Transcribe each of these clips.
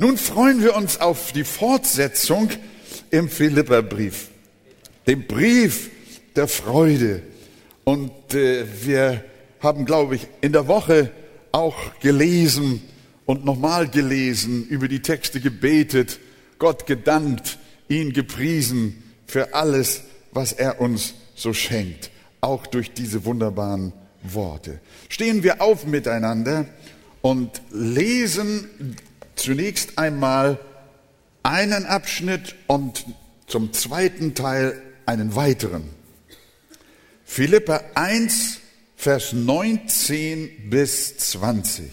Nun freuen wir uns auf die Fortsetzung im Philipperbrief, dem Brief der Freude. Und wir haben, glaube ich, in der Woche auch gelesen und nochmal gelesen, über die Texte gebetet, Gott gedankt, ihn gepriesen für alles, was er uns so schenkt, auch durch diese wunderbaren Worte. Stehen wir auf miteinander und lesen zunächst einmal einen Abschnitt und zum zweiten Teil einen weiteren. Philipper 1, Vers 19 bis 20.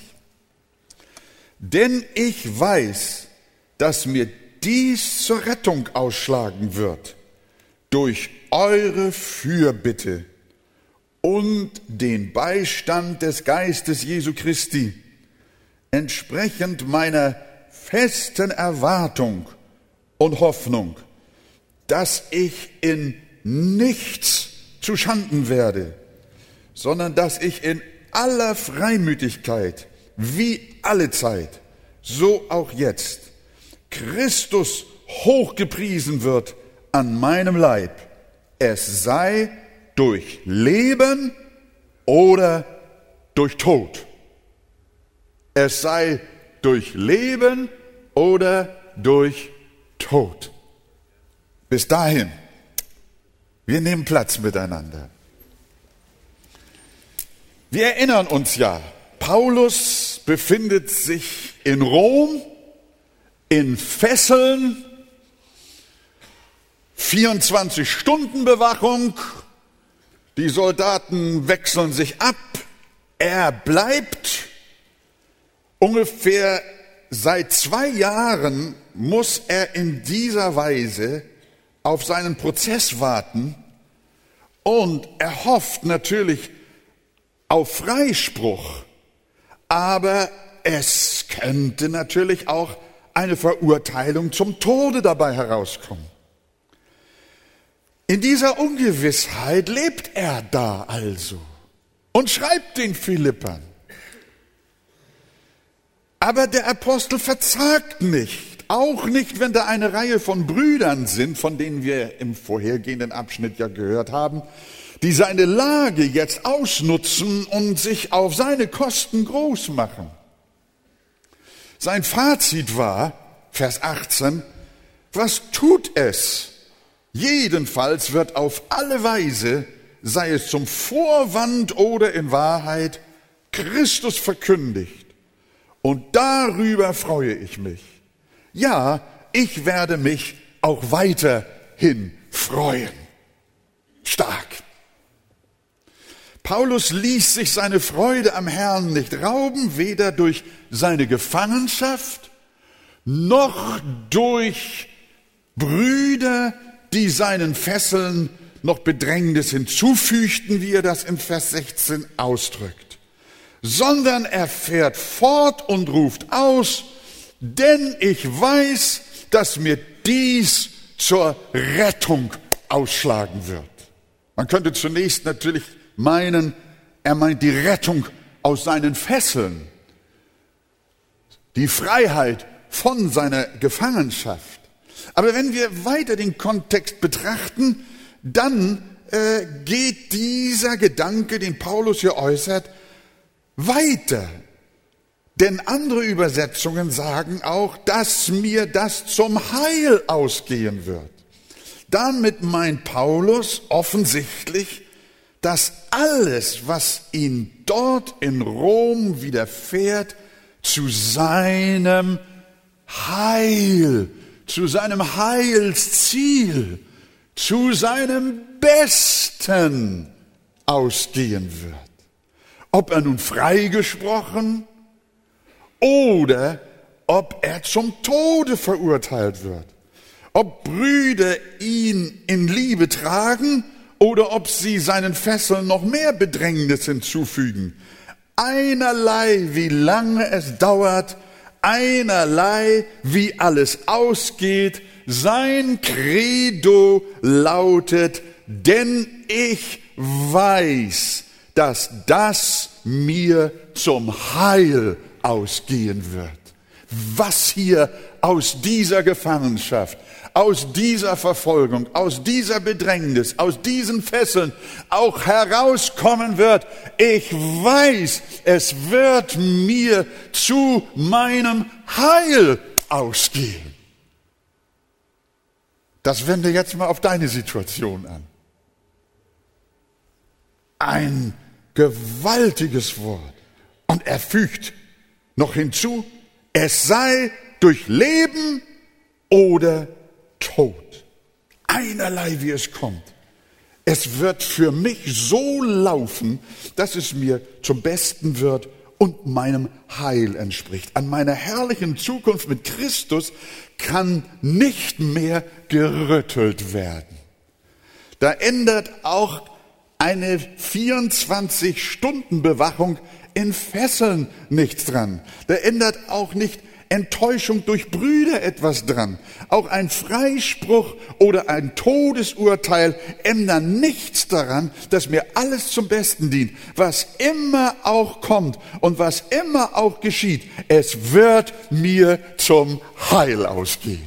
Denn ich weiß, dass mir dies zur Rettung ausschlagen wird, durch eure Fürbitte und den Beistand des Geistes Jesu Christi, entsprechend meiner festen Erwartung und Hoffnung, dass ich in nichts zuschanden werde, sondern dass ich in aller Freimütigkeit, wie alle Zeit, so auch jetzt, Christus hochgepriesen wird an meinem Leib, es sei durch Leben oder durch Tod. Es sei durch Leben oder durch Tod. Bis dahin, wir nehmen Platz miteinander. Wir erinnern uns ja, Paulus befindet sich in Rom, in Fesseln, 24-Stunden-Bewachung, die Soldaten wechseln sich ab, er bleibt. Ungefähr seit 2 Jahren muss er in dieser Weise auf seinen Prozess warten und er hofft natürlich auf Freispruch, aber es könnte natürlich auch eine Verurteilung zum Tode dabei herauskommen. In dieser Ungewissheit lebt er da also und schreibt den Philippern. Aber der Apostel verzagt nicht, auch nicht, wenn da eine Reihe von Brüdern sind, von denen wir im vorhergehenden Abschnitt ja gehört haben, die seine Lage jetzt ausnutzen und sich auf seine Kosten groß machen. Sein Fazit war, Vers 18, was tut es? Jedenfalls wird auf alle Weise, sei es zum Vorwand oder in Wahrheit, Christus verkündigt. Und darüber freue ich mich. Ja, ich werde mich auch weiterhin freuen. Stark. Paulus ließ sich seine Freude am Herrn nicht rauben, weder durch seine Gefangenschaft, noch durch Brüder, die seinen Fesseln noch Bedrängnis hinzufügten, wie er das in Vers 16 ausdrückt. Sondern er fährt fort und ruft aus, denn ich weiß, dass mir dies zur Rettung ausschlagen wird. Man könnte zunächst natürlich meinen, er meint die Rettung aus seinen Fesseln, die Freiheit von seiner Gefangenschaft. Aber wenn wir weiter den Kontext betrachten, dann geht dieser Gedanke, den Paulus hier äußert, weiter. Denn andere Übersetzungen sagen auch, dass mir das zum Heil ausgehen wird. Damit meint Paulus offensichtlich, dass alles, was ihm dort in Rom widerfährt, zu seinem Heil, zu seinem Heilsziel, zu seinem Besten ausgehen wird. Ob er nun freigesprochen oder ob er zum Tode verurteilt wird. Ob Brüder ihn in Liebe tragen oder ob sie seinen Fesseln noch mehr Bedrängnis hinzufügen. Einerlei, wie lange es dauert, einerlei, wie alles ausgeht, sein Credo lautet, denn ich weiß, dass das mir zum Heil ausgehen wird. was hier aus dieser Gefangenschaft, aus dieser Verfolgung, aus dieser Bedrängnis, aus diesen Fesseln auch herauskommen wird. Ich weiß, es wird mir zu meinem Heil ausgehen. Das wende jetzt mal auf deine Situation an. Ein gewaltiges Wort. Und er fügt noch hinzu, es sei durch Leben oder Tod. Einerlei, wie es kommt. Es wird für mich so laufen, dass es mir zum Besten wird und meinem Heil entspricht. An meiner herrlichen Zukunft mit Christus kann nicht mehr gerüttelt werden. Da ändert auch eine 24-Stunden-Bewachung in Fesseln nichts dran. Da ändert auch nicht Enttäuschung durch Brüder etwas dran. Auch ein Freispruch oder ein Todesurteil ändern nichts daran, dass mir alles zum Besten dient. Was immer auch kommt und was immer auch geschieht, es wird mir zum Heil ausgehen.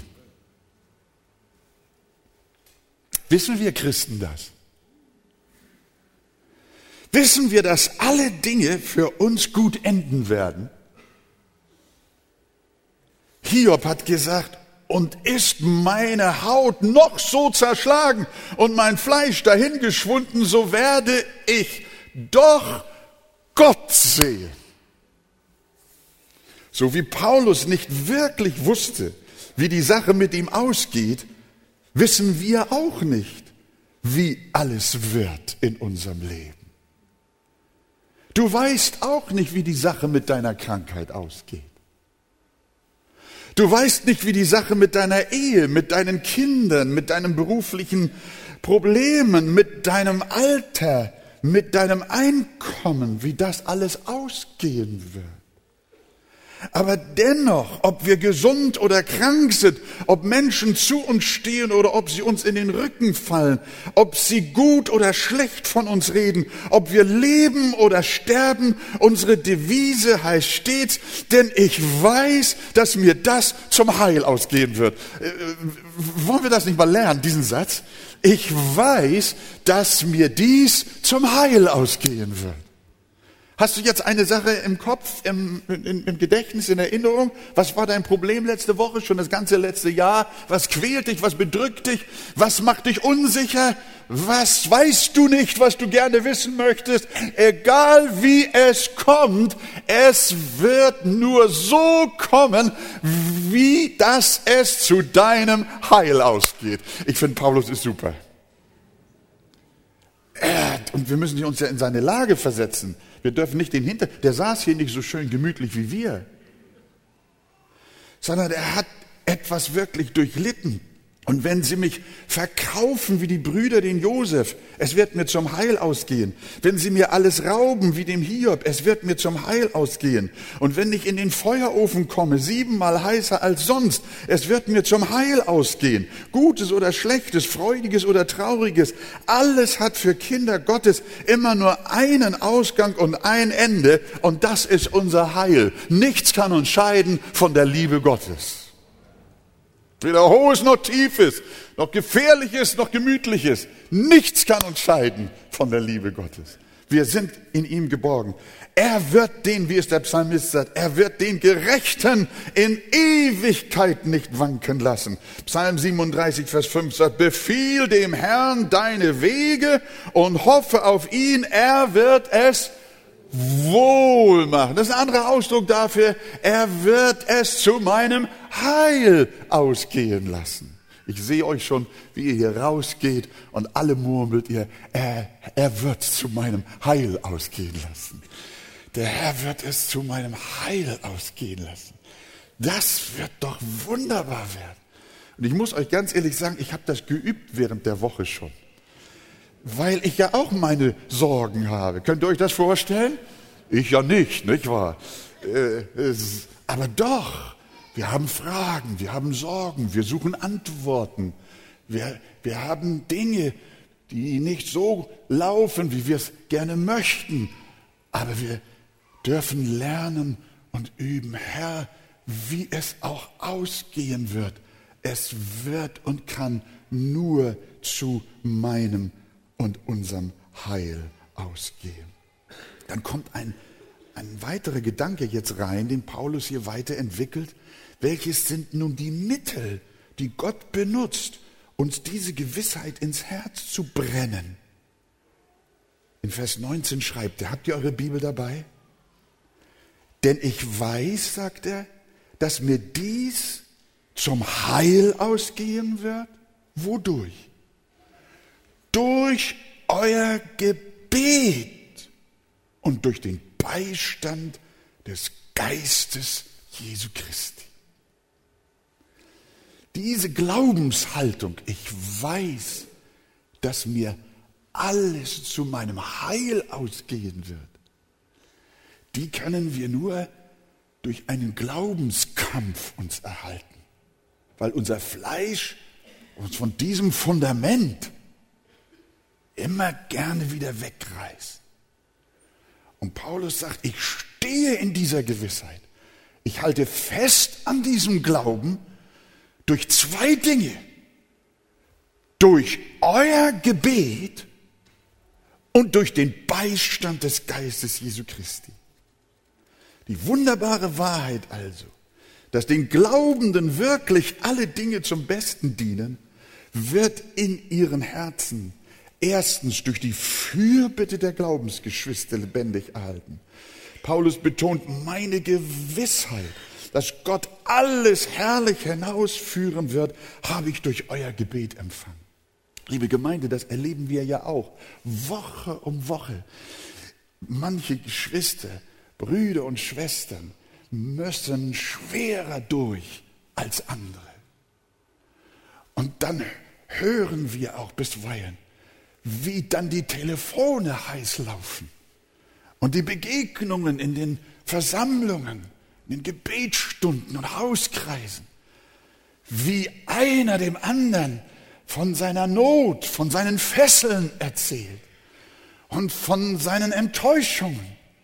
Wissen wir Christen das? Wissen wir, dass alle Dinge für uns gut enden werden? Hiob hat gesagt, und ist meine Haut noch so zerschlagen und mein Fleisch dahingeschwunden, so werde ich doch Gott sehen. So wie Paulus nicht wirklich wusste, wie die Sache mit ihm ausgeht, wissen wir auch nicht, wie alles wird in unserem Leben. Du weißt auch nicht, wie die Sache mit deiner Krankheit ausgeht. Du weißt nicht, wie die Sache mit deiner Ehe, mit deinen Kindern, mit deinen beruflichen Problemen, mit deinem Alter, mit deinem Einkommen, wie das alles ausgehen wird. Aber dennoch, ob wir gesund oder krank sind, ob Menschen zu uns stehen oder ob sie uns in den Rücken fallen, ob sie gut oder schlecht von uns reden, ob wir leben oder sterben, unsere Devise heißt stets, denn ich weiß, dass mir das zum Heil ausgehen wird. Wollen wir das nicht mal lernen, diesen Satz? Ich weiß, dass mir dies zum Heil ausgehen wird. Hast du jetzt eine Sache im Kopf, im Gedächtnis, in Erinnerung? Was war dein Problem letzte Woche, schon das ganze letzte Jahr? Was quält dich, was bedrückt dich? Was macht dich unsicher? Was weißt du nicht, was du gerne wissen möchtest? Egal wie es kommt, es wird nur so kommen, wie dass es zu deinem Heil ausgeht. Ich finde, Paulus ist super. Und wir müssen uns ja in seine Lage versetzen. Wir dürfen nicht der saß hier nicht so schön gemütlich wie wir, sondern er hat etwas wirklich durchlitten. Und wenn sie mich verkaufen wie die Brüder den Josef, es wird mir zum Heil ausgehen. Wenn sie mir alles rauben wie dem Hiob, es wird mir zum Heil ausgehen. Und wenn ich in den Feuerofen komme, 7-mal heißer als sonst, es wird mir zum Heil ausgehen. Gutes oder Schlechtes, Freudiges oder Trauriges, alles hat für Kinder Gottes immer nur einen Ausgang und ein Ende, und das ist unser Heil. Nichts kann uns scheiden von der Liebe Gottes. Weder Hohes noch Tiefes, noch Gefährliches, noch Gemütliches. Nichts kann uns scheiden von der Liebe Gottes. Wir sind in ihm geborgen. Er wird den, wie es der Psalmist sagt, er wird den Gerechten in Ewigkeit nicht wanken lassen. Psalm 37, Vers 5 sagt, befiehl dem Herrn deine Wege und hoffe auf ihn, er wird es wohl machen. Das ist ein anderer Ausdruck dafür, er wird es zu meinem Heil ausgehen lassen. Ich sehe euch schon, wie ihr hier rausgeht und alle murmelt ihr, er wird es zu meinem Heil ausgehen lassen. Der Herr wird es zu meinem Heil ausgehen lassen. Das wird doch wunderbar werden. Und ich muss euch ganz ehrlich sagen, ich habe das geübt während der Woche schon. Weil ich ja auch meine Sorgen habe. Könnt ihr euch das vorstellen? Ich ja nicht wahr? Aber doch, wir haben Fragen, wir haben Sorgen, wir suchen Antworten. Wir haben Dinge, die nicht so laufen, wie wir es gerne möchten. Aber wir dürfen lernen und üben. Herr, wie es auch ausgehen wird. Es wird und kann nur zu meinem und unserem Heil ausgehen. Dann kommt ein weiterer Gedanke jetzt rein, den Paulus hier weiterentwickelt. Welches sind nun die Mittel, die Gott benutzt, uns diese Gewissheit ins Herz zu brennen? In Vers 19 schreibt er, habt ihr eure Bibel dabei? Denn ich weiß, sagt er, dass mir dies zum Heil ausgehen wird. Wodurch? Durch euer Gebet und durch den Beistand des Geistes Jesu Christi. Diese Glaubenshaltung, ich weiß, dass mir alles zu meinem Heil ausgehen wird, die können wir nur durch einen Glaubenskampf uns erhalten, weil unser Fleisch uns von diesem Fundament immer gerne wieder wegreißt. Und Paulus sagt, ich stehe in dieser Gewissheit. Ich halte fest an diesem Glauben durch zwei Dinge. Durch euer Gebet und durch den Beistand des Geistes Jesu Christi. Die wunderbare Wahrheit also, dass den Glaubenden wirklich alle Dinge zum Besten dienen, wird in ihren Herzen erstens durch die Fürbitte der Glaubensgeschwister lebendig erhalten. Paulus betont, meine Gewissheit, dass Gott alles herrlich hinausführen wird, habe ich durch euer Gebet empfangen. Liebe Gemeinde, das erleben wir ja auch, Woche um Woche. Manche Geschwister, Brüder und Schwestern müssen schwerer durch als andere. Und dann hören wir auch bisweilen, wie dann die Telefone heiß laufen und die Begegnungen in den Versammlungen, in den Gebetsstunden und Hauskreisen, wie einer dem anderen von seiner Not, von seinen Fesseln erzählt und von seinen Enttäuschungen.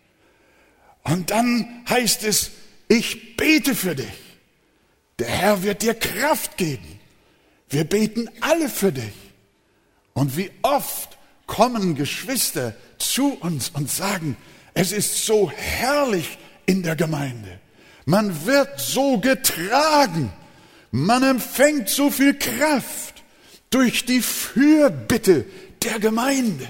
Und dann heißt es, ich bete für dich. Der Herr wird dir Kraft geben. Wir beten alle für dich. Und wie oft kommen Geschwister zu uns und sagen, es ist so herrlich in der Gemeinde. Man wird so getragen. Man empfängt so viel Kraft durch die Fürbitte der Gemeinde.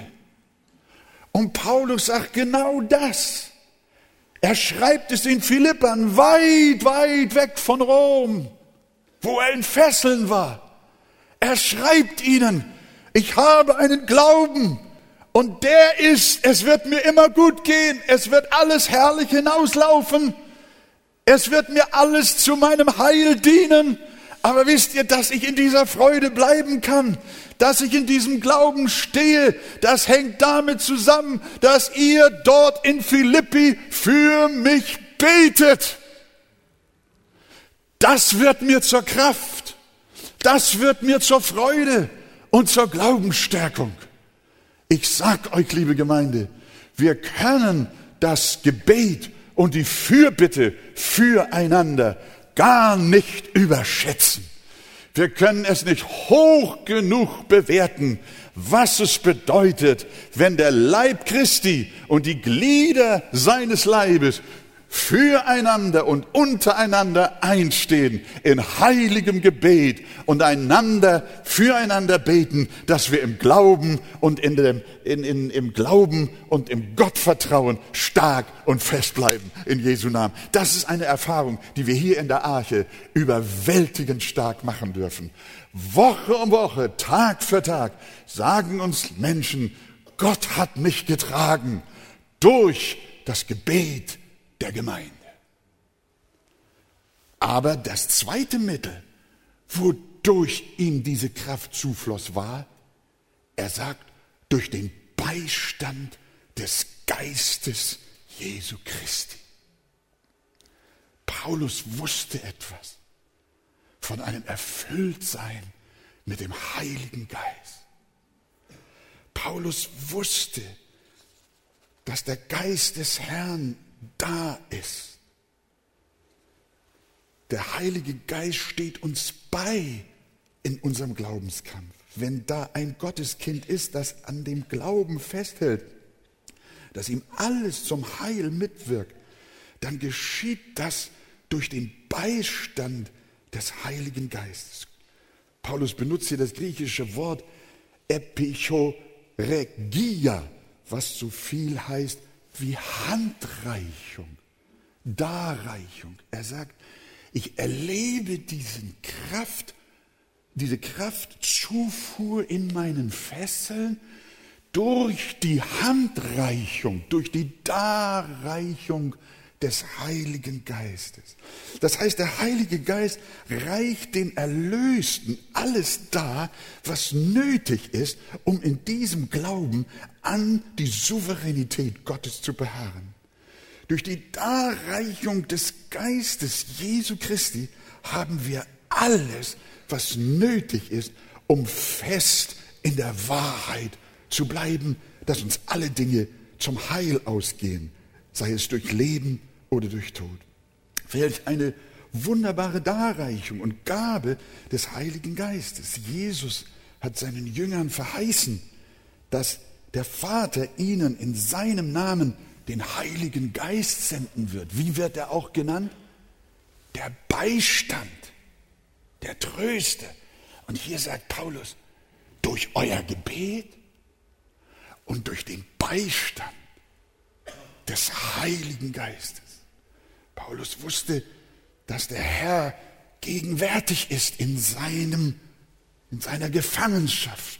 Und Paulus sagt genau das. Er schreibt es den Philippern weit, weit weg von Rom, wo er in Fesseln war. Er schreibt ihnen, ich habe einen Glauben und der ist, es wird mir immer gut gehen, es wird alles herrlich hinauslaufen, es wird mir alles zu meinem Heil dienen. Aber wisst ihr, dass ich in dieser Freude bleiben kann, dass ich in diesem Glauben stehe, das hängt damit zusammen, dass ihr dort in Philippi für mich betet. Das wird mir zur Kraft, das wird mir zur Freude und zur Glaubensstärkung. Ich sag euch, liebe Gemeinde, wir können das Gebet und die Fürbitte füreinander gar nicht überschätzen. Wir können es nicht hoch genug bewerten, was es bedeutet, wenn der Leib Christi und die Glieder seines Leibes füreinander und untereinander einstehen in heiligem Gebet und einander füreinander beten, dass wir im Glauben und im Glauben und im Gottvertrauen stark und fest bleiben in Jesu Namen. Das ist eine Erfahrung, die wir hier in der Arche überwältigend stark machen dürfen. Woche um Woche, Tag für Tag sagen uns Menschen, Gott hat mich getragen durch das Gebet der Gemeinde. Aber das zweite Mittel, wodurch ihm diese Kraft zufloss, war, er sagt, durch den Beistand des Geistes Jesu Christi. Paulus wusste etwas von einem Erfülltsein mit dem Heiligen Geist. Paulus wusste, dass der Geist des Herrn da ist. Der Heilige Geist steht uns bei in unserem Glaubenskampf. Wenn da ein Gotteskind ist, das an dem Glauben festhält, dass ihm alles zum Heil mitwirkt, dann geschieht das durch den Beistand des Heiligen Geistes. Paulus benutzt hier das griechische Wort epichoregia, was so viel heißt wie Handreichung, Darreichung. Er sagt, ich erlebe diese Kraftzufuhr in meinen Fesseln durch die Handreichung, durch die Darreichung des Heiligen Geistes. Das heißt, der Heilige Geist reicht den Erlösten alles dar, was nötig ist, um in diesem Glauben an die Souveränität Gottes zu beharren. Durch die Darreichung des Geistes Jesu Christi haben wir alles, was nötig ist, um fest in der Wahrheit zu bleiben, dass uns alle Dinge zum Heil ausgehen, sei es durch Leben oder durch Tod. Welch eine wunderbare Darreichung und Gabe des Heiligen Geistes. Jesus hat seinen Jüngern verheißen, dass der Vater ihnen in seinem Namen den Heiligen Geist senden wird. Wie wird er auch genannt? Der Beistand, der Tröster. Und hier sagt Paulus, durch euer Gebet und durch den Beistand des Heiligen Geistes. Paulus wusste, dass der Herr gegenwärtig ist in seiner Gefangenschaft,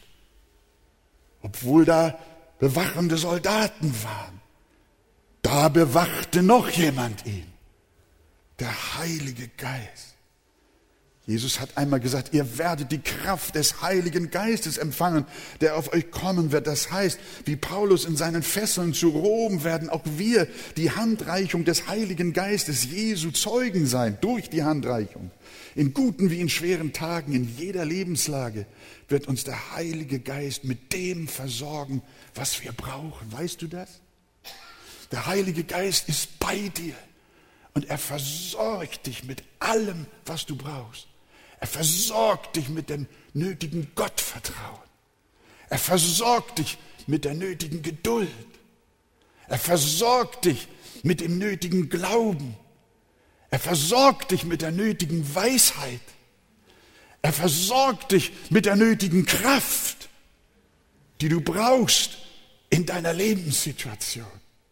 obwohl da bewachende Soldaten waren. Da bewachte noch jemand ihn, der Heilige Geist. Jesus hat einmal gesagt, ihr werdet die Kraft des Heiligen Geistes empfangen, der auf euch kommen wird. Das heißt, wie Paulus in seinen Fesseln zu Rom, werden auch wir die Handreichung des Heiligen Geistes Jesu Zeugen sein, durch die Handreichung. In guten wie in schweren Tagen, in jeder Lebenslage wird uns der Heilige Geist mit dem versorgen, was wir brauchen. Weißt du das? Der Heilige Geist ist bei dir und er versorgt dich mit allem, was du brauchst. Er versorgt dich mit dem nötigen Gottvertrauen. Er versorgt dich mit der nötigen Geduld. Er versorgt dich mit dem nötigen Glauben. Er versorgt dich mit der nötigen Weisheit. Er versorgt dich mit der nötigen Kraft, die du brauchst in deiner Lebenssituation.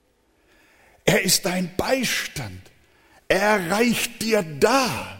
Er ist dein Beistand. Er reicht dir dar.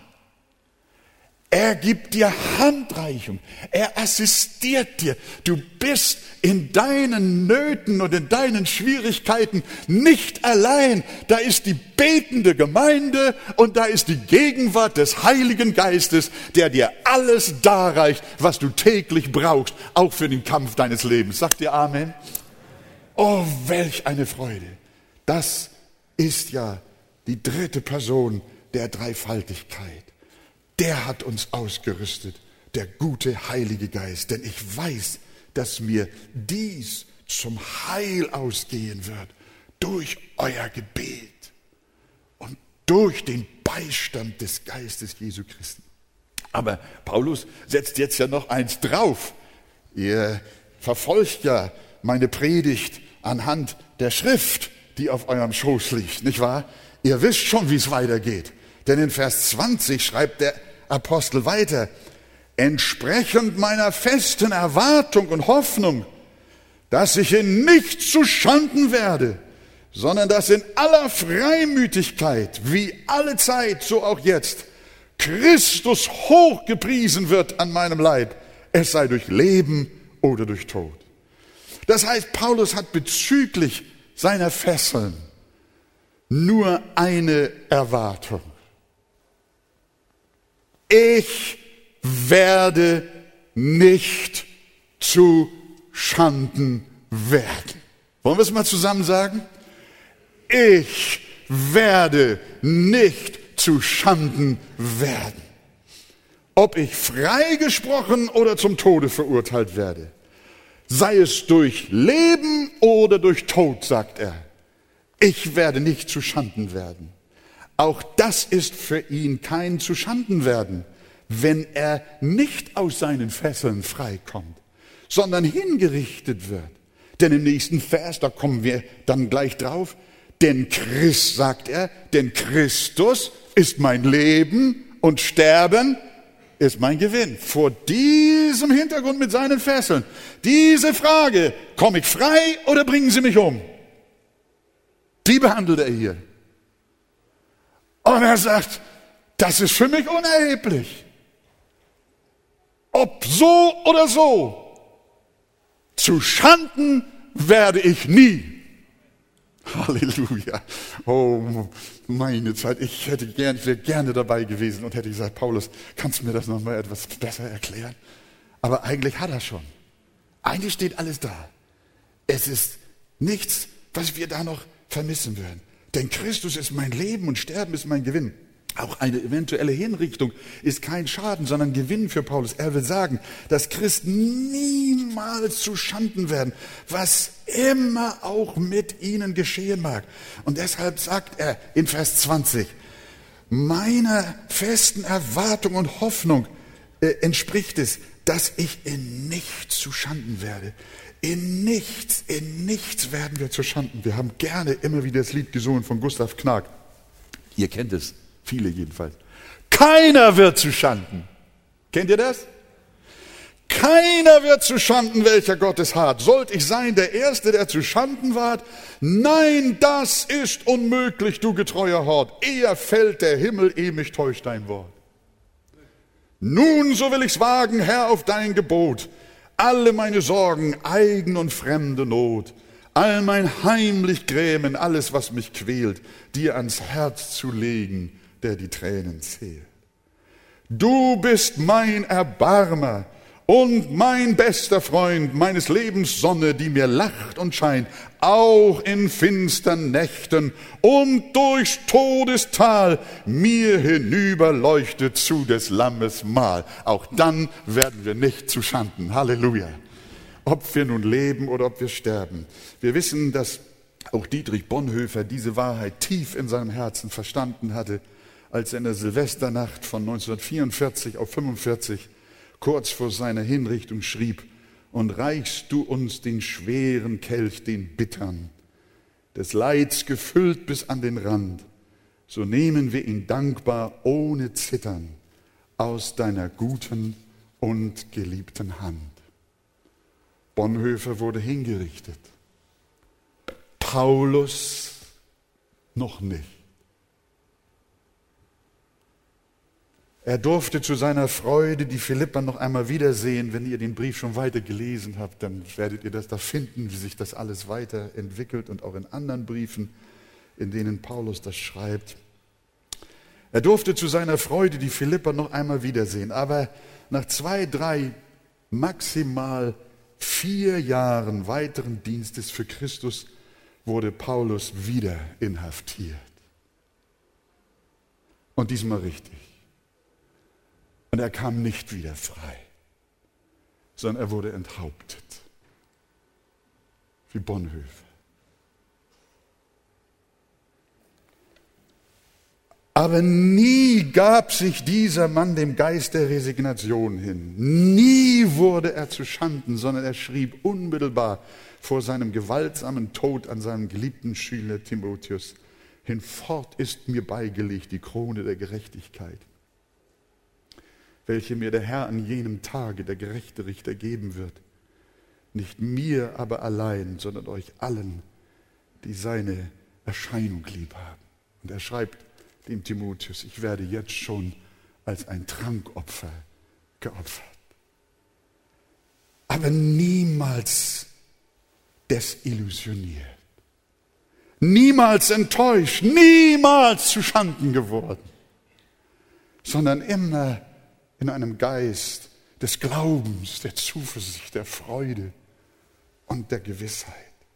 Er gibt dir Handreichung. Er assistiert dir. Du bist in deinen Nöten und in deinen Schwierigkeiten nicht allein. Da ist die betende Gemeinde und da ist die Gegenwart des Heiligen Geistes, der dir alles darreicht, was du täglich brauchst, auch für den Kampf deines Lebens. Sagt ihr Amen? Oh, welch eine Freude. Das ist ja die dritte Person der Dreifaltigkeit. Der hat uns ausgerüstet, der gute Heilige Geist. Denn ich weiß, dass mir dies zum Heil ausgehen wird durch euer Gebet und durch den Beistand des Geistes Jesu Christi. Aber Paulus setzt jetzt ja noch eins drauf. Ihr verfolgt ja meine Predigt anhand der Schrift, die auf eurem Schoß liegt, nicht wahr? Ihr wisst schon, wie es weitergeht. Denn in Vers 20 schreibt der Apostel weiter, entsprechend meiner festen Erwartung und Hoffnung, dass ich in nichts zuschanden werde, sondern dass in aller Freimütigkeit, wie alle Zeit, so auch jetzt, Christus hochgepriesen wird an meinem Leib, es sei durch Leben oder durch Tod. Das heißt, Paulus hat bezüglich seiner Fesseln nur eine Erwartung. Ich werde nicht zu Schanden werden. Wollen wir es mal zusammen sagen? Ich werde nicht zu Schanden werden. Ob ich freigesprochen oder zum Tode verurteilt werde, sei es durch Leben oder durch Tod, sagt er. Ich werde nicht zu Schanden werden. Auch das ist für ihn kein Zuschandenwerden, wenn er nicht aus seinen Fesseln freikommt, sondern hingerichtet wird. Denn im nächsten Vers, da kommen wir dann gleich drauf, denn Christ, sagt er, denn Christus ist mein Leben und Sterben ist mein Gewinn. Vor diesem Hintergrund mit seinen Fesseln, diese Frage, komme ich frei oder bringen sie mich um? Die behandelt er hier. Und er sagt, das ist für mich unerheblich. Ob so oder so, zu Schanden werde ich nie. Halleluja. Oh, meine Zeit. Ich wäre gerne dabei gewesen und hätte gesagt, Paulus, kannst du mir das nochmal etwas besser erklären? Aber eigentlich hat er schon. Eigentlich steht alles da. Es ist nichts, was wir da noch vermissen würden. Denn Christus ist mein Leben und Sterben ist mein Gewinn. Auch eine eventuelle Hinrichtung ist kein Schaden, sondern Gewinn für Paulus. Er will sagen, dass Christen niemals zu Schanden werden, was immer auch mit ihnen geschehen mag. Und deshalb sagt er in Vers 20, meiner festen Erwartung und Hoffnung entspricht es, dass ich in nichts zu Schanden werde. In nichts werden wir zu Schanden. Wir haben gerne immer wieder das Lied gesungen von Gustav Knag. Ihr kennt es. Viele jedenfalls. Keiner wird zu Schanden. Kennt ihr das? Keiner wird zu Schanden, welcher Gottes hart. Sollte ich sein der Erste, der zu Schanden ward? Nein, das ist unmöglich, du getreuer Hort. Eher fällt der Himmel, ehe mich täuscht dein Wort. Nun, so will ich's wagen, Herr, auf dein Gebot. Alle meine Sorgen, eigen und fremde Not, all mein heimlich Grämen, alles, was mich quält, dir ans Herz zu legen, der die Tränen zählt. Du bist mein Erbarmer und mein bester Freund, meines Lebens Sonne, die mir lacht und scheint, auch in finstern Nächten und durchs Todestal mir hinüber leuchtet zu des Lammes Mahl. Auch dann werden wir nicht zu Schanden. Halleluja. Ob wir nun leben oder ob wir sterben. Wir wissen, dass auch Dietrich Bonhoeffer diese Wahrheit tief in seinem Herzen verstanden hatte, als er in der Silvesternacht von 1944 auf 45 kurz vor seiner Hinrichtung schrieb: Und reichst du uns den schweren Kelch, den bittern, des Leids gefüllt bis an den Rand, so nehmen wir ihn dankbar ohne Zittern aus deiner guten und geliebten Hand. Bonhoeffer wurde hingerichtet. Paulus noch nicht. Er durfte zu seiner Freude die Philipper noch einmal wiedersehen. Wenn ihr den Brief schon weiter gelesen habt, dann werdet ihr das da finden, wie sich das alles weiterentwickelt und auch in anderen Briefen, in denen Paulus das schreibt. Er durfte zu seiner Freude die Philipper noch einmal wiedersehen, aber nach 2, 3, maximal 4 Jahren weiteren Dienstes für Christus wurde Paulus wieder inhaftiert. Und diesmal richtig. Und er kam nicht wieder frei, sondern er wurde enthauptet, wie Bonhoeffer. Aber nie gab sich dieser Mann dem Geist der Resignation hin. Nie wurde er zu Schanden, sondern er schrieb unmittelbar vor seinem gewaltsamen Tod an seinem geliebten Schüler Timotheus: Hinfort ist mir beigelegt die Krone der Gerechtigkeit, welche mir der Herr an jenem Tage, der gerechte Richter, geben wird. Nicht mir aber allein, sondern euch allen, die seine Erscheinung lieb haben. Und er schreibt dem Timotheus: Ich werde jetzt schon als ein Trankopfer geopfert. Aber niemals desillusioniert, niemals enttäuscht, niemals zu Schanden geworden, sondern immer in einem Geist des Glaubens, der Zuversicht, der Freude und der Gewissheit.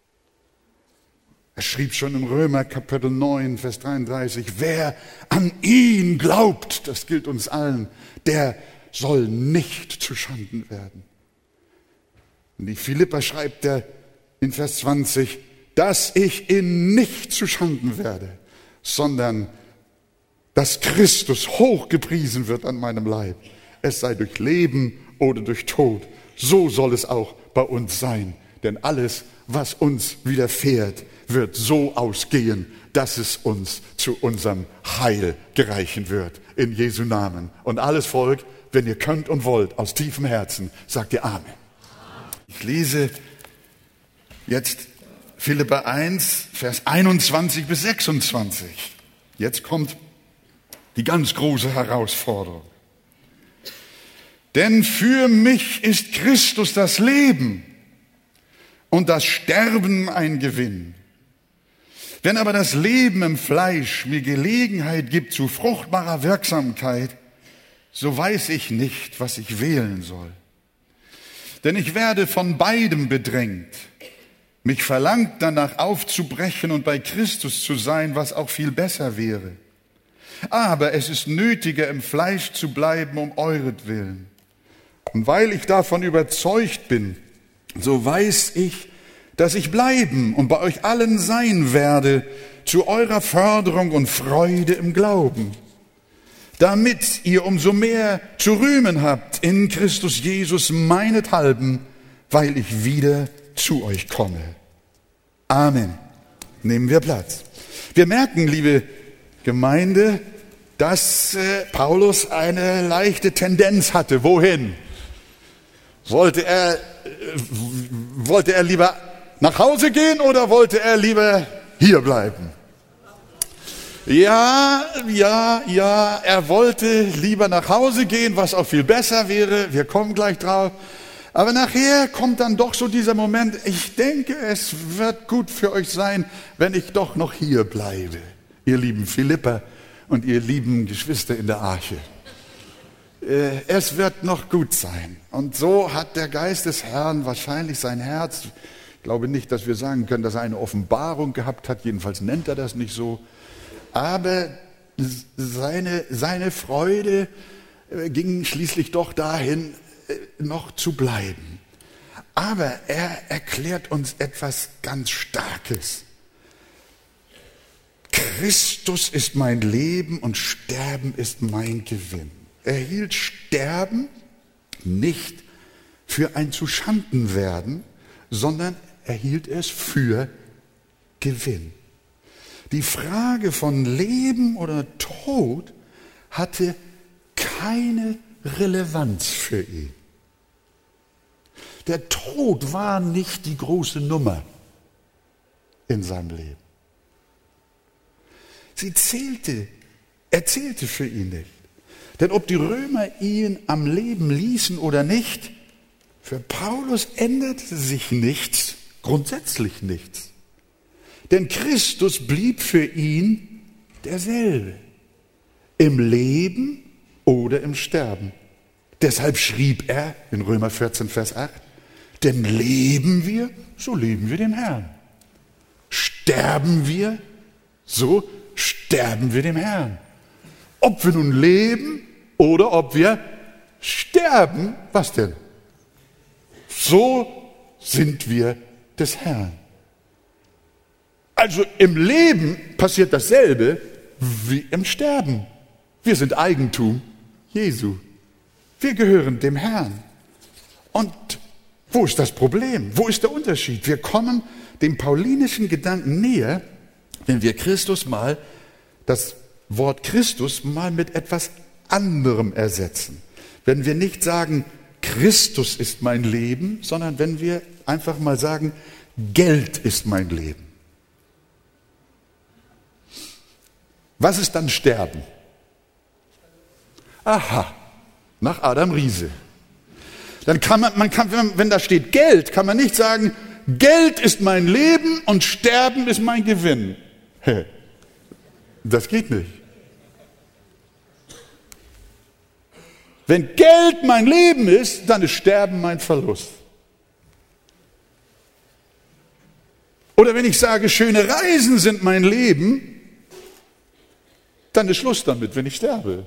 Er schrieb schon im Römer Kapitel 9, Vers 33, wer an ihn glaubt, das gilt uns allen, der soll nicht zu Schanden werden. In die Philipper schreibt er in Vers 20, dass ich ihn nicht zu Schanden werde, sondern dass Christus hochgepriesen wird an meinem Leib. Es sei durch Leben oder durch Tod. So soll es auch bei uns sein. Denn alles, was uns widerfährt, wird so ausgehen, dass es uns zu unserem Heil gereichen wird. In Jesu Namen. Und alles Volk, wenn ihr könnt und wollt, aus tiefem Herzen, sagt ihr Amen. Ich lese jetzt Philipper 1, Vers 21 bis 26. Jetzt kommt die ganz große Herausforderung. Denn für mich ist Christus das Leben und das Sterben ein Gewinn. Wenn aber das Leben im Fleisch mir Gelegenheit gibt zu fruchtbarer Wirksamkeit, so weiß ich nicht, was ich wählen soll. Denn ich werde von beidem bedrängt. Mich verlangt danach aufzubrechen und bei Christus zu sein, was auch viel besser wäre. Aber es ist nötiger, im Fleisch zu bleiben, um euretwillen. Und weil ich davon überzeugt bin, so weiß ich, dass ich bleiben und bei euch allen sein werde, zu eurer Förderung und Freude im Glauben, damit ihr umso mehr zu rühmen habt in Christus Jesus meinethalben, weil ich wieder zu euch komme. Amen. Nehmen wir Platz. Wir merken, liebe Gemeinde, dass Paulus eine leichte Tendenz hatte. Wohin? Wollte er lieber nach Hause gehen oder wollte er lieber hier bleiben? Ja, er wollte lieber nach Hause gehen, was auch viel besser wäre. Wir kommen gleich drauf. Aber nachher kommt dann doch so dieser Moment, ich denke, es wird gut für euch sein, wenn ich doch noch hier bleibe. Ihr lieben Philipper und ihr lieben Geschwister in der Arche. Es wird noch gut sein. Und so hat der Geist des Herrn wahrscheinlich sein Herz, ich glaube nicht, dass wir sagen können, dass er eine Offenbarung gehabt hat, jedenfalls nennt er das nicht so, aber seine Freude ging schließlich doch dahin, noch zu bleiben. Aber er erklärt uns etwas ganz Starkes. Christus ist mein Leben und Sterben ist mein Gewinn. Er hielt Sterben nicht für ein Zuschandenwerden, sondern er hielt es für Gewinn. Die Frage von Leben oder Tod hatte keine Relevanz für ihn. Der Tod war nicht die große Nummer in seinem Leben. Er zählte für ihn nicht. Denn ob die Römer ihn am Leben ließen oder nicht, für Paulus änderte sich nichts, grundsätzlich nichts. Denn Christus blieb für ihn derselbe, im Leben oder im Sterben. Deshalb schrieb er in Römer 14, Vers 8, denn leben wir, so leben wir dem Herrn. Sterben wir, so sterben wir dem Herrn. Ob wir nun leben oder ob wir sterben, was denn? So sind wir des Herrn. Also im Leben passiert dasselbe wie im Sterben. Wir sind Eigentum Jesu. Wir gehören dem Herrn. Und wo ist das Problem? Wo ist der Unterschied? Wir kommen dem paulinischen Gedanken näher, wenn wir das Wort Christus mal mit etwas anderem ersetzen. Wenn wir nicht sagen, Christus ist mein Leben, sondern wenn wir einfach mal sagen, Geld ist mein Leben. Was ist dann Sterben? Aha, nach Adam Riese. Dann kann man, wenn da steht Geld, kann man nicht sagen, Geld ist mein Leben und Sterben ist mein Gewinn. Das geht nicht. Wenn Geld mein Leben ist, dann ist Sterben mein Verlust. Oder wenn ich sage, schöne Reisen sind mein Leben, dann ist Schluss damit, wenn ich sterbe.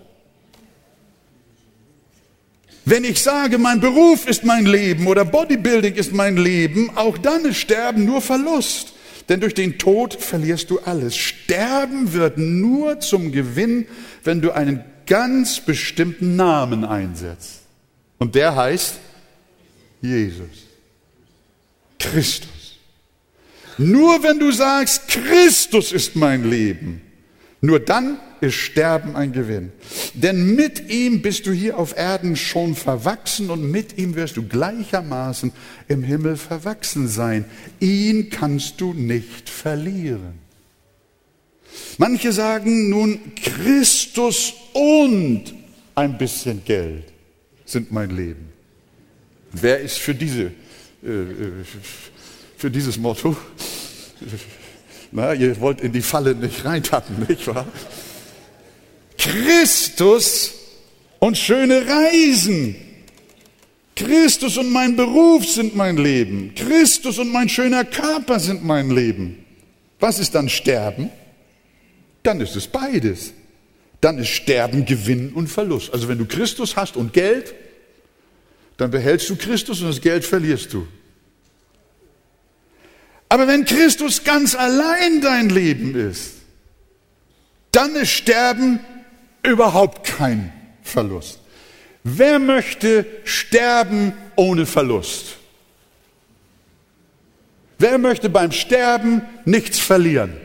Wenn ich sage, mein Beruf ist mein Leben oder Bodybuilding ist mein Leben, auch dann ist Sterben nur Verlust. Denn durch den Tod verlierst du alles. Sterben wird nur zum Gewinn, wenn du einen ganz bestimmten Namen einsetzt. Und der heißt Jesus. Christus. Nur wenn du sagst, Christus ist mein Leben, nur dann ist Sterben ein Gewinn. Denn mit ihm bist du hier auf Erden schon verwachsen und mit ihm wirst du gleichermaßen im Himmel verwachsen sein. Ihn kannst du nicht verlieren. Manche sagen nun, Christus und ein bisschen Geld sind mein Leben. Wer ist für dieses Motto? Na, ihr wollt in die Falle nicht reintappen, nicht wahr? Christus und schöne Reisen. Christus und mein Beruf sind mein Leben. Christus und mein schöner Körper sind mein Leben. Was ist dann Sterben? Dann ist es beides. Dann ist Sterben Gewinn und Verlust. Also wenn du Christus hast und Geld, dann behältst du Christus und das Geld verlierst du. Aber wenn Christus ganz allein dein Leben ist, dann ist Sterben überhaupt kein Verlust. Wer möchte sterben ohne Verlust? Wer möchte beim Sterben nichts verlieren?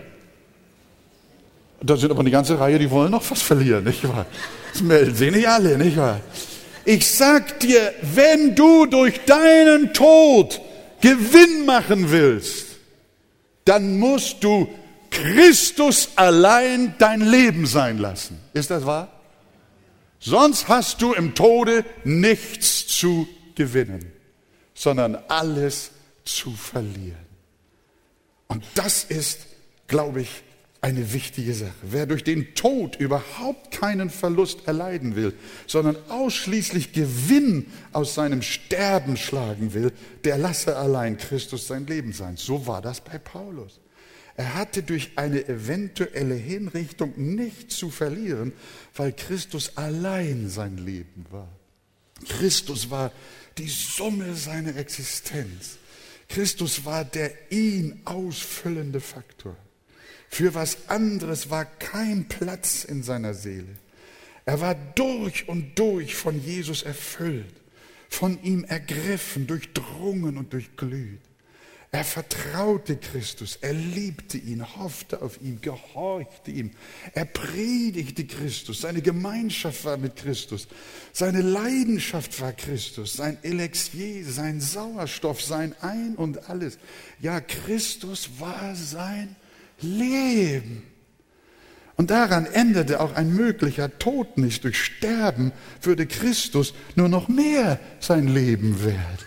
Da sind aber eine ganze Reihe, die wollen noch was verlieren, nicht wahr? Das melden sie nicht alle, nicht wahr? Ich sag dir, wenn du durch deinen Tod Gewinn machen willst, dann musst du Christus allein dein Leben sein lassen. Ist das wahr? Sonst hast du im Tode nichts zu gewinnen, sondern alles zu verlieren. Und das ist, glaube ich, eine wichtige Sache. Wer durch den Tod überhaupt keinen Verlust erleiden will, sondern ausschließlich Gewinn aus seinem Sterben schlagen will, der lasse allein Christus sein Leben sein. So war das bei Paulus. Er hatte durch eine eventuelle Hinrichtung nichts zu verlieren, weil Christus allein sein Leben war. Christus war die Summe seiner Existenz. Christus war der ihn ausfüllende Faktor. Für was anderes war kein Platz in seiner Seele. Er war durch und durch von Jesus erfüllt, von ihm ergriffen, durchdrungen und durchglüht. Er vertraute Christus, er liebte ihn, hoffte auf ihn, gehorchte ihm. Er predigte Christus, seine Gemeinschaft war mit Christus, seine Leidenschaft war Christus, sein Elixier, sein Sauerstoff, sein Ein und alles. Ja, Christus war sein Leben. Und daran änderte auch ein möglicher Tod nicht. Durch Sterben würde Christus nur noch mehr sein Leben werden.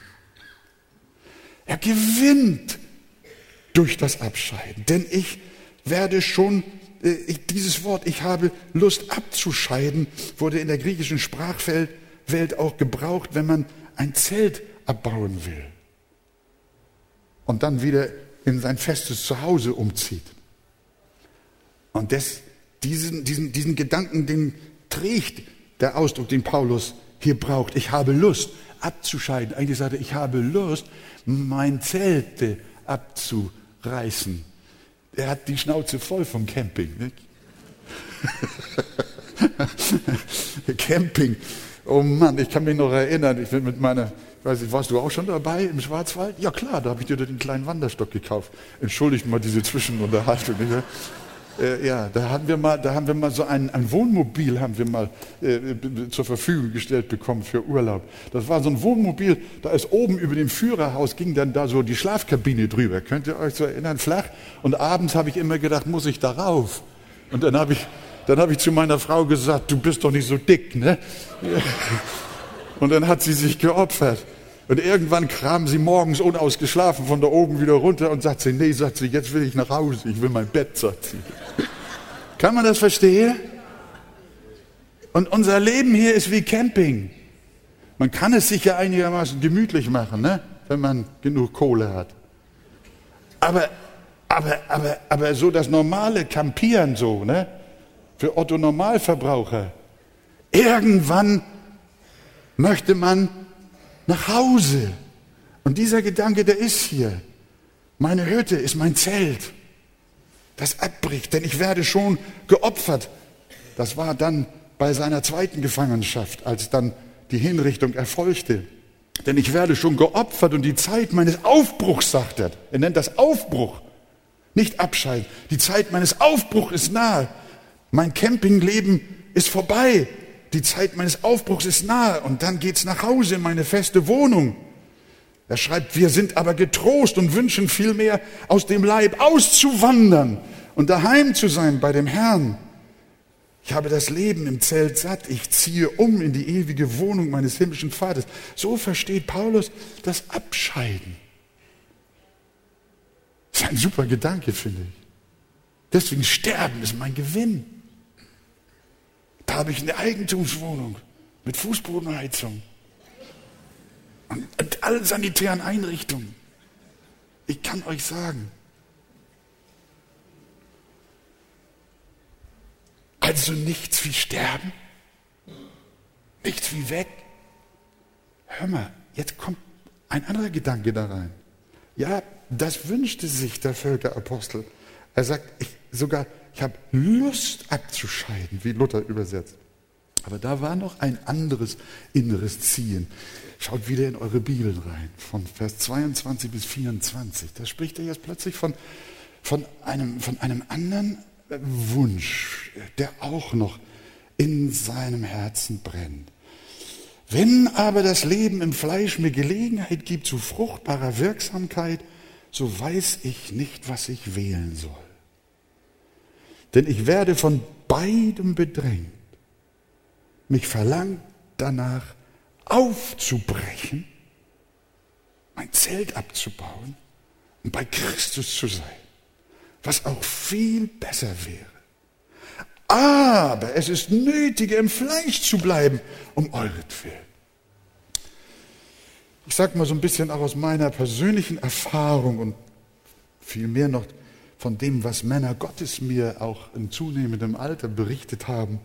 Er gewinnt durch das Abscheiden. Denn ich werde schon, dieses Wort, ich habe Lust abzuscheiden, wurde in der griechischen Sprachwelt auch gebraucht, wenn man ein Zelt abbauen will und dann wieder in sein festes Zuhause umzieht. Und diesen Gedanken, den trägt der Ausdruck, den Paulus hier braucht. Ich habe Lust abzuscheiden. Eigentlich sagt er, ich habe Lust, mein Zelt abzureißen. Er hat die Schnauze voll vom Camping. Nicht? Camping. Oh Mann, ich kann mich noch erinnern, ich bin mit meiner, weiß nicht, warst du auch schon dabei im Schwarzwald? Ja klar, da habe ich dir den kleinen Wanderstock gekauft. Entschuldigt mal diese Zwischenunterhaltung. Nicht? Ja, da haben wir mal so ein Wohnmobil haben wir mal zur Verfügung gestellt bekommen für Urlaub. Das war so ein Wohnmobil, da ist oben über dem Führerhaus ging dann da so die Schlafkabine drüber. Könnt ihr euch so erinnern, flach? Und abends habe ich immer gedacht, muss ich da rauf? Und dann habe ich zu meiner Frau gesagt, du bist doch nicht so dick, ne? Und dann hat sie sich geopfert. Und irgendwann kam sie morgens unausgeschlafen von da oben wieder runter und sagt sie, nee, sagt sie, jetzt will ich nach Hause, ich will mein Bett, sagt sie. Kann man das verstehen? Und unser Leben hier ist wie Camping. Man kann es sich ja einigermaßen gemütlich machen, ne? Wenn man genug Kohle hat. Aber so das normale Campieren so, ne? Für Otto Normalverbraucher. Irgendwann möchte man nach Hause. Und dieser Gedanke, der ist hier. Meine Hütte ist mein Zelt, das abbricht, denn ich werde schon geopfert. Das war dann bei seiner zweiten Gefangenschaft, als dann die Hinrichtung erfolgte. Denn ich werde schon geopfert und die Zeit meines Aufbruchs, sagt er. Er nennt das Aufbruch, nicht Abscheiden. Die Zeit meines Aufbruchs ist nahe. Mein Campingleben ist vorbei. Die Zeit meines Aufbruchs ist nahe. Und dann geht's nach Hause in meine feste Wohnung. Er schreibt, wir sind aber getrost und wünschen vielmehr, aus dem Leib auszuwandern und daheim zu sein bei dem Herrn. Ich habe das Leben im Zelt satt. Ich ziehe um in die ewige Wohnung meines himmlischen Vaters. So versteht Paulus das Abscheiden. Das ist ein super Gedanke, finde ich. Deswegen Sterben ist mein Gewinn. Da habe ich eine Eigentumswohnung mit Fußbodenheizung und allen sanitären Einrichtungen. Ich kann euch sagen, also nichts wie sterben, nichts wie weg. Hör mal, jetzt kommt ein anderer Gedanke da rein. Ja, das wünschte sich der Völkerapostel. Er sagt, ich habe Lust abzuscheiden, wie Luther übersetzt. Aber da war noch ein anderes inneres Ziehen. Schaut wieder in eure Bibeln rein, von Vers 22 bis 24. Da spricht er jetzt plötzlich von einem anderen Wunsch, der auch noch in seinem Herzen brennt. Wenn aber das Leben im Fleisch mir Gelegenheit gibt zu fruchtbarer Wirksamkeit, so weiß ich nicht, was ich wählen soll. Denn ich werde von beidem bedrängt. Mich verlangt danach aufzubrechen, mein Zelt abzubauen und bei Christus zu sein, was auch viel besser wäre. Aber es ist nötiger, im Fleisch zu bleiben, um euretwillen. Ich sage mal so ein bisschen auch aus meiner persönlichen Erfahrung und viel mehr noch von dem, was Männer Gottes mir auch in zunehmendem Alter berichtet haben.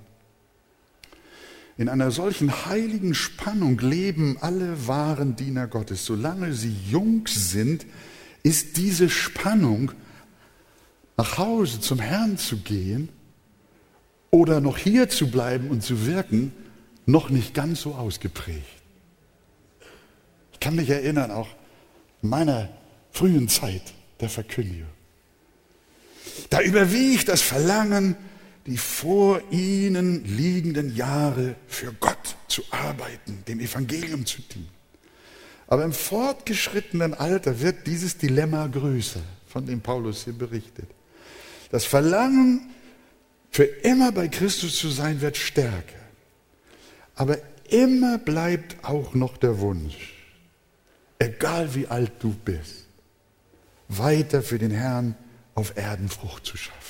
In einer solchen heiligen Spannung leben alle wahren Diener Gottes. Solange sie jung sind, ist diese Spannung, nach Hause zum Herrn zu gehen oder noch hier zu bleiben und zu wirken, noch nicht ganz so ausgeprägt. Ich kann mich erinnern, auch in meiner frühen Zeit der Verkündigung. Da überwiegt das Verlangen, die vor ihnen liegenden Jahre für Gott zu arbeiten, dem Evangelium zu dienen. Aber im fortgeschrittenen Alter wird dieses Dilemma größer, von dem Paulus hier berichtet. Das Verlangen, für immer bei Christus zu sein, wird stärker. Aber immer bleibt auch noch der Wunsch, egal wie alt du bist, weiter für den Herrn auf Erden Frucht zu schaffen.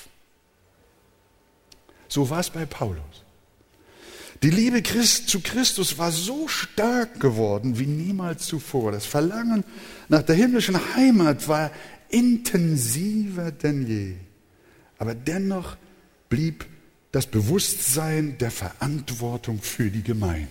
So war es bei Paulus. Die Liebe zu Christus war so stark geworden wie niemals zuvor. Das Verlangen nach der himmlischen Heimat war intensiver denn je. Aber dennoch blieb das Bewusstsein der Verantwortung für die Gemeinde.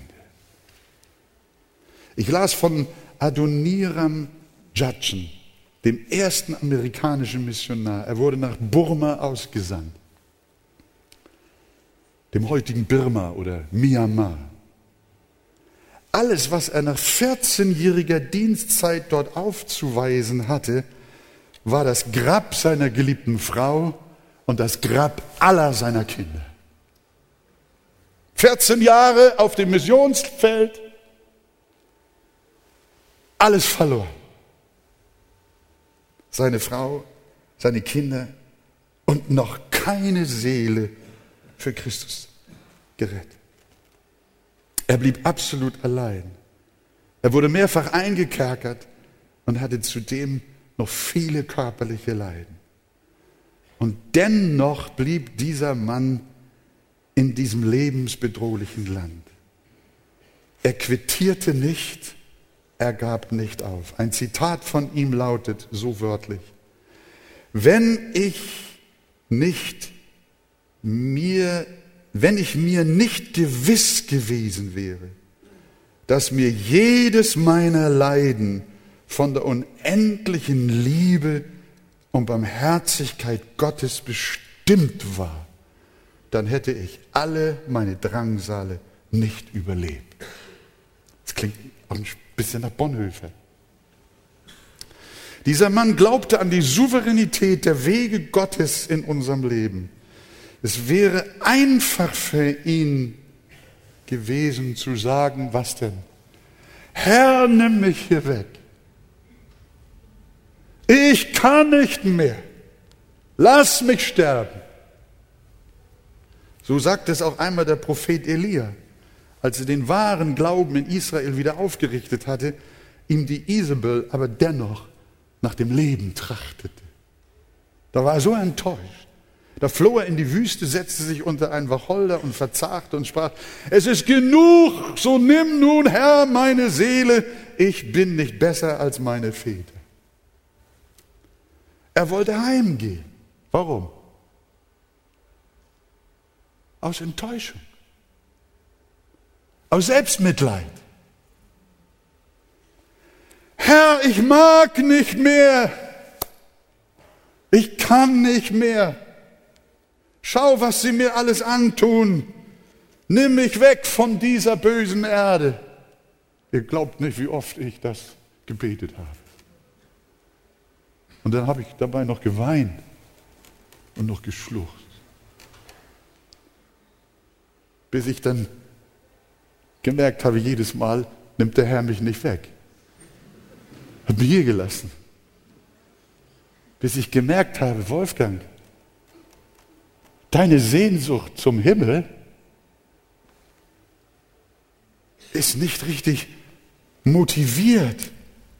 Ich las von Adoniram Judson, dem ersten amerikanischen Missionar. Er wurde nach Burma ausgesandt, dem heutigen Birma oder Myanmar. Alles, was er nach 14-jähriger Dienstzeit dort aufzuweisen hatte, war das Grab seiner geliebten Frau und das Grab aller seiner Kinder. 14 Jahre auf dem Missionsfeld, alles verloren. Seine Frau, seine Kinder und noch keine Seele für Christus gerettet. Er blieb absolut allein. Er wurde mehrfach eingekerkert und hatte zudem noch viele körperliche Leiden. Und dennoch blieb dieser Mann in diesem lebensbedrohlichen Land. Er quittierte nicht, er gab nicht auf. Ein Zitat von ihm lautet so wörtlich: Wenn ich mir nicht gewiss gewesen wäre, dass mir jedes meiner Leiden von der unendlichen Liebe und Barmherzigkeit Gottes bestimmt war, dann hätte ich alle meine Drangsale nicht überlebt. Das klingt auch ein bisschen nach Bonhoeffer. Dieser Mann glaubte an die Souveränität der Wege Gottes in unserem Leben. Es wäre einfach für ihn gewesen zu sagen, was denn? Herr, nimm mich hier weg. Ich kann nicht mehr. Lass mich sterben. So sagt es auch einmal der Prophet Elia, als er den wahren Glauben in Israel wieder aufgerichtet hatte, ihm die Isabel aber dennoch nach dem Leben trachtete. Da war er so enttäuscht. Da floh er in die Wüste, setzte sich unter einen Wacholder und verzagte und sprach, es ist genug, so nimm nun, Herr, meine Seele, ich bin nicht besser als meine Väter. Er wollte heimgehen. Warum? Aus Enttäuschung. Aus Selbstmitleid. Herr, ich mag nicht mehr. Ich kann nicht mehr. Schau, was sie mir alles antun. Nimm mich weg von dieser bösen Erde. Ihr glaubt nicht, wie oft ich das gebetet habe. Und dann habe ich dabei noch geweint und noch geschluchzt. Bis ich dann gemerkt habe, jedes Mal nimmt der Herr mich nicht weg. Hat mich hier gelassen. Bis ich gemerkt habe, Wolfgang, deine Sehnsucht zum Himmel ist nicht richtig motiviert.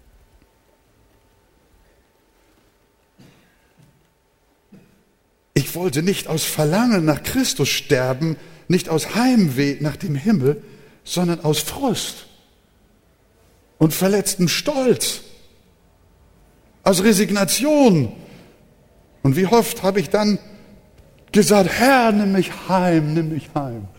Ich wollte nicht aus Verlangen nach Christus sterben, nicht aus Heimweh nach dem Himmel, sondern aus Frust und verletztem Stolz, aus Resignation. Und wie oft habe ich dann gesagt, Herr, nimm mich heim, nimm mich heim.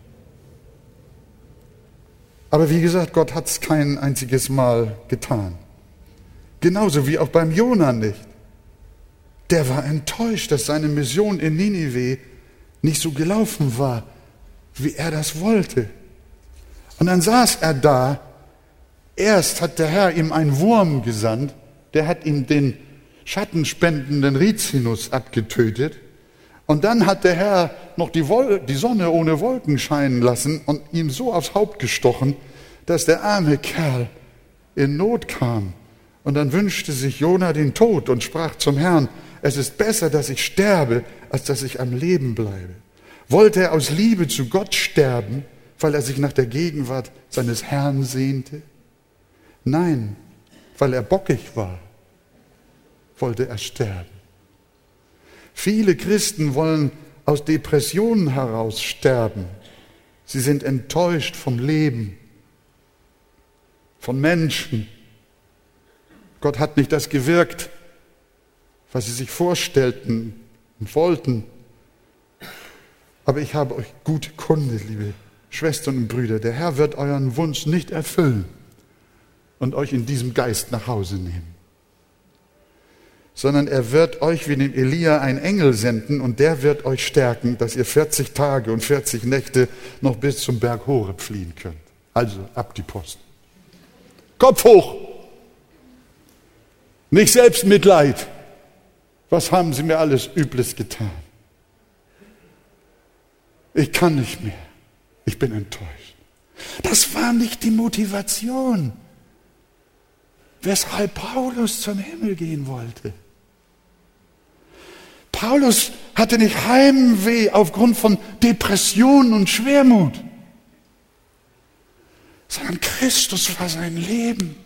Aber wie gesagt, Gott hat es kein einziges Mal getan. Genauso wie auch beim Jona nicht. Der war enttäuscht, dass seine Mission in Ninive nicht so gelaufen war, wie er das wollte. Und dann saß er da. Erst hat der Herr ihm einen Wurm gesandt, der hat ihm den schattenspendenden Rizinus abgetötet. Und dann hat der Herr noch die Sonne ohne Wolken scheinen lassen und ihm so aufs Haupt gestochen, dass der arme Kerl in Not kam. Und dann wünschte sich Jona den Tod und sprach zum Herrn, es ist besser, dass ich sterbe, als dass ich am Leben bleibe. Wollte er aus Liebe zu Gott sterben, weil er sich nach der Gegenwart seines Herrn sehnte? Nein, weil er bockig war, wollte er sterben. Viele Christen wollen aus Depressionen heraus sterben. Sie sind enttäuscht vom Leben, von Menschen. Gott hat nicht das gewirkt, was sie sich vorstellten und wollten. Aber ich habe euch gute Kunde, liebe Schwestern und Brüder. Der Herr wird euren Wunsch nicht erfüllen und euch in diesem Geist nach Hause nehmen. Sondern er wird euch wie dem Elia einen Engel senden und der wird euch stärken, dass ihr 40 Tage und 40 Nächte noch bis zum Berg Horeb fliehen könnt. Also ab die Post. Kopf hoch! Nicht Selbstmitleid. Was haben sie mir alles Übles getan? Ich kann nicht mehr. Ich bin enttäuscht. Das war nicht die Motivation, weshalb Paulus zum Himmel gehen wollte. Paulus hatte nicht Heimweh aufgrund von Depressionen und Schwermut, sondern Christus war sein Leben.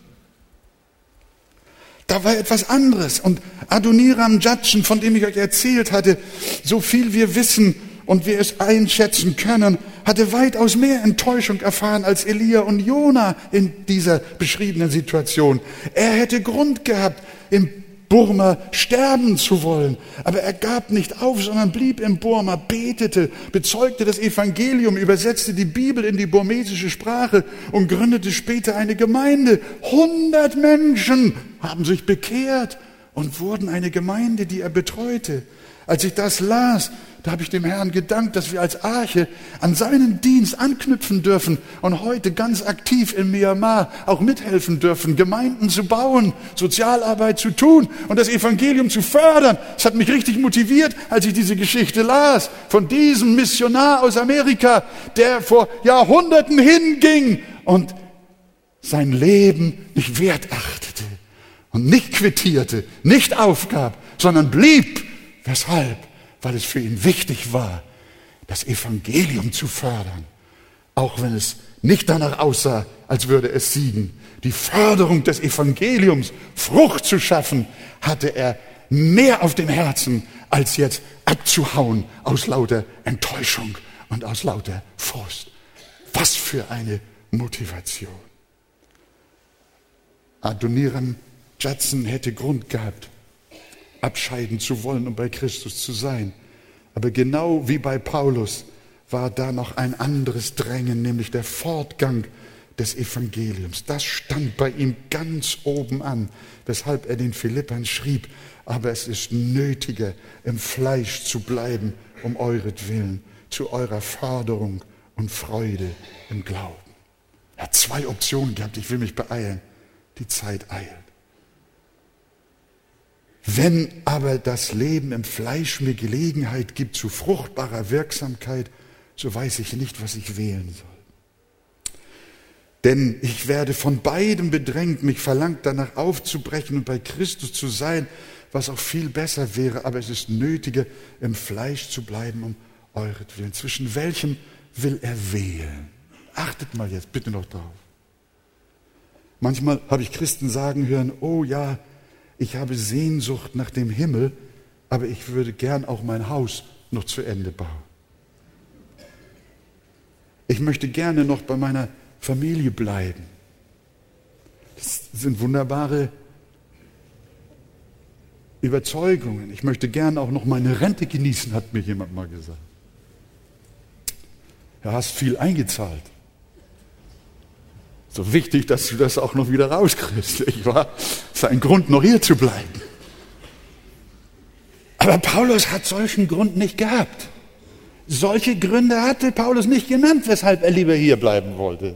Da war etwas anderes. Und Adoniram Judson, von dem ich euch erzählt hatte, so viel wir wissen und wir es einschätzen können, hatte weitaus mehr Enttäuschung erfahren als Elia und Jona in dieser beschriebenen Situation. Er hätte Grund gehabt, im Burma sterben zu wollen. Aber er gab nicht auf, sondern blieb im Burma, betete, bezeugte das Evangelium, übersetzte die Bibel in die burmesische Sprache und gründete später eine Gemeinde. 100 Menschen haben sich bekehrt und wurden eine Gemeinde, die er betreute. Als ich das las, da habe ich dem Herrn gedankt, dass wir als Arche an seinen Dienst anknüpfen dürfen und heute ganz aktiv in Myanmar auch mithelfen dürfen, Gemeinden zu bauen, Sozialarbeit zu tun und das Evangelium zu fördern. Das hat mich richtig motiviert, als ich diese Geschichte las, von diesem Missionar aus Amerika, der vor Jahrhunderten hinging und sein Leben nicht wert achtete und nicht quittierte, nicht aufgab, sondern blieb. Weshalb? Weil es für ihn wichtig war, das Evangelium zu fördern, auch wenn es nicht danach aussah, als würde es siegen. Die Förderung des Evangeliums, Frucht zu schaffen, hatte er mehr auf dem Herzen, als jetzt abzuhauen aus lauter Enttäuschung und aus lauter Frust. Was für eine Motivation. Adoniram Judson hätte Grund gehabt, abscheiden zu wollen, um bei Christus zu sein. Aber genau wie bei Paulus war da noch ein anderes Drängen, nämlich der Fortgang des Evangeliums. Das stand bei ihm ganz oben an, weshalb er den Philippern schrieb, aber es ist nötiger, im Fleisch zu bleiben, um euretwillen, zu eurer Förderung und Freude im Glauben. Er hat 2 Optionen gehabt, ich will mich beeilen. Die Zeit eilt. Wenn aber das Leben im Fleisch mir Gelegenheit gibt zu fruchtbarer Wirksamkeit, so weiß ich nicht, was ich wählen soll. Denn ich werde von beidem bedrängt, mich verlangt danach aufzubrechen und bei Christus zu sein, was auch viel besser wäre, aber es ist nötiger, im Fleisch zu bleiben, um euretwillen. Zwischen welchem will er wählen? Achtet mal jetzt bitte noch drauf. Manchmal habe ich Christen sagen hören, oh ja, ich habe Sehnsucht nach dem Himmel, aber ich würde gern auch mein Haus noch zu Ende bauen. Ich möchte gerne noch bei meiner Familie bleiben. Das sind wunderbare Überzeugungen. Ich möchte gern auch noch meine Rente genießen, hat mir jemand mal gesagt. Du hast viel eingezahlt. So wichtig, dass du das auch noch wieder rauskriegst. Nicht wahr? Das ist ein Grund, noch hier zu bleiben. Aber Paulus hat solchen Grund nicht gehabt. Solche Gründe hatte Paulus nicht genannt, weshalb er lieber hier bleiben wollte.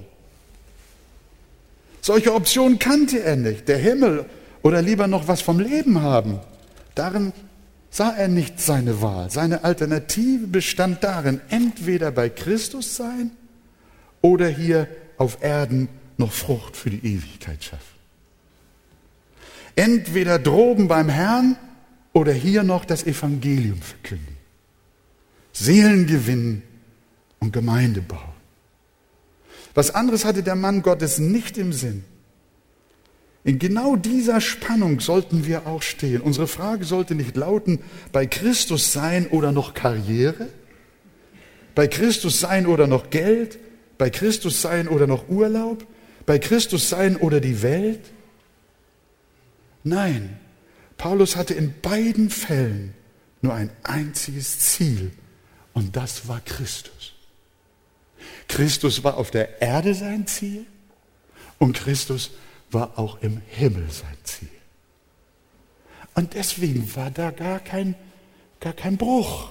Solche Optionen kannte er nicht. Der Himmel oder lieber noch was vom Leben haben. Darin sah er nicht seine Wahl. Seine Alternative bestand darin, entweder bei Christus sein oder hier auf Erden noch Frucht für die Ewigkeit schaffen. Entweder droben beim Herrn oder hier noch das Evangelium verkündigen. Seelen gewinnen und Gemeinde bauen. Was anderes hatte der Mann Gottes nicht im Sinn. In genau dieser Spannung sollten wir auch stehen. Unsere Frage sollte nicht lauten, bei Christus sein oder noch Karriere, bei Christus sein oder noch Geld, bei Christus sein oder noch Urlaub, bei Christus sein oder die Welt. Nein, Paulus hatte in beiden Fällen nur ein einziges Ziel und das war Christus. Christus war auf der Erde sein Ziel und Christus war auch im Himmel sein Ziel. Und deswegen war da gar kein Bruch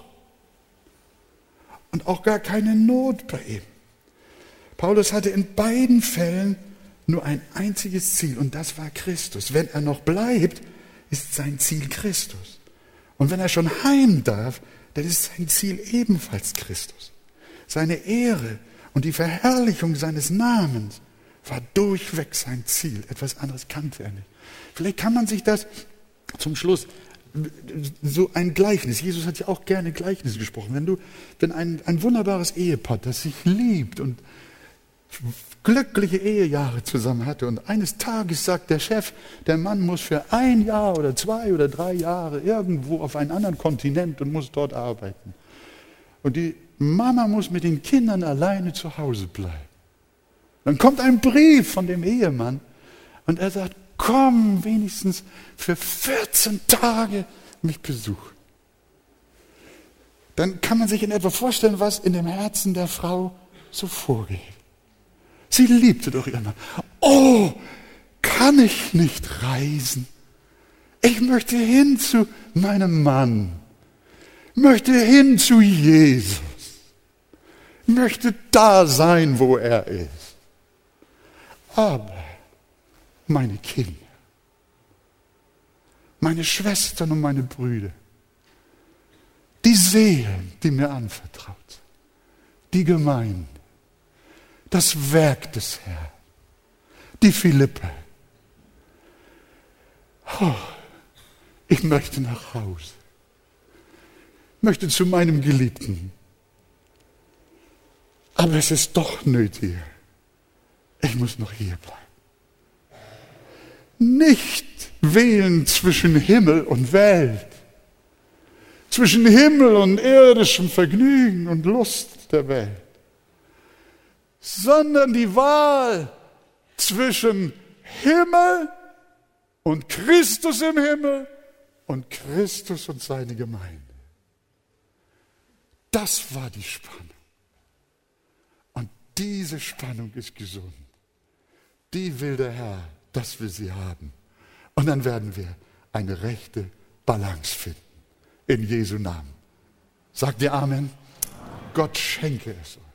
und auch gar keine Not bei ihm. Paulus hatte in beiden Fällen nur ein einziges Ziel und das war Christus. Wenn er noch bleibt, ist sein Ziel Christus. Und wenn er schon heim darf, dann ist sein Ziel ebenfalls Christus. Seine Ehre und die Verherrlichung seines Namens war durchweg sein Ziel. Etwas anderes kannte er nicht. Vielleicht kann man sich das zum Schluss, so ein Gleichnis, Jesus hat ja auch gerne Gleichnisse gesprochen. Wenn ein wunderbares Ehepaar, das sich liebt und glückliche Ehejahre zusammen hatte und eines Tages sagt der Chef, der Mann muss für 1 Jahr oder 2 oder 3 Jahre irgendwo auf einen anderen Kontinent und muss dort arbeiten. Und die Mama muss mit den Kindern alleine zu Hause bleiben. Dann kommt ein Brief von dem Ehemann und er sagt, komm wenigstens für 14 Tage mich besuchen. Dann kann man sich in etwa vorstellen, was in dem Herzen der Frau so vorgeht. Sie liebte doch ihren Mann. Oh, kann ich nicht reisen? Ich möchte hin zu meinem Mann. Ich möchte hin zu Jesus. Ich möchte da sein, wo er ist. Aber meine Kinder, meine Schwestern und meine Brüder, die Seelen, die mir anvertraut sind, die Gemeinde, das Werk des Herrn, die Philipper. Oh, ich möchte nach Hause. Ich möchte zu meinem Geliebten. Aber es ist doch nötig. Ich muss noch hier bleiben. Nicht wählen zwischen Himmel und Welt. Zwischen Himmel und irdischem Vergnügen und Lust der Welt. Sondern die Wahl zwischen Himmel und Christus im Himmel und Christus und seine Gemeinde. Das war die Spannung. Und diese Spannung ist gesund. Die will der Herr, dass wir sie haben. Und dann werden wir eine rechte Balance finden. In Jesu Namen. Sagt ihr Amen? Gott schenke es euch.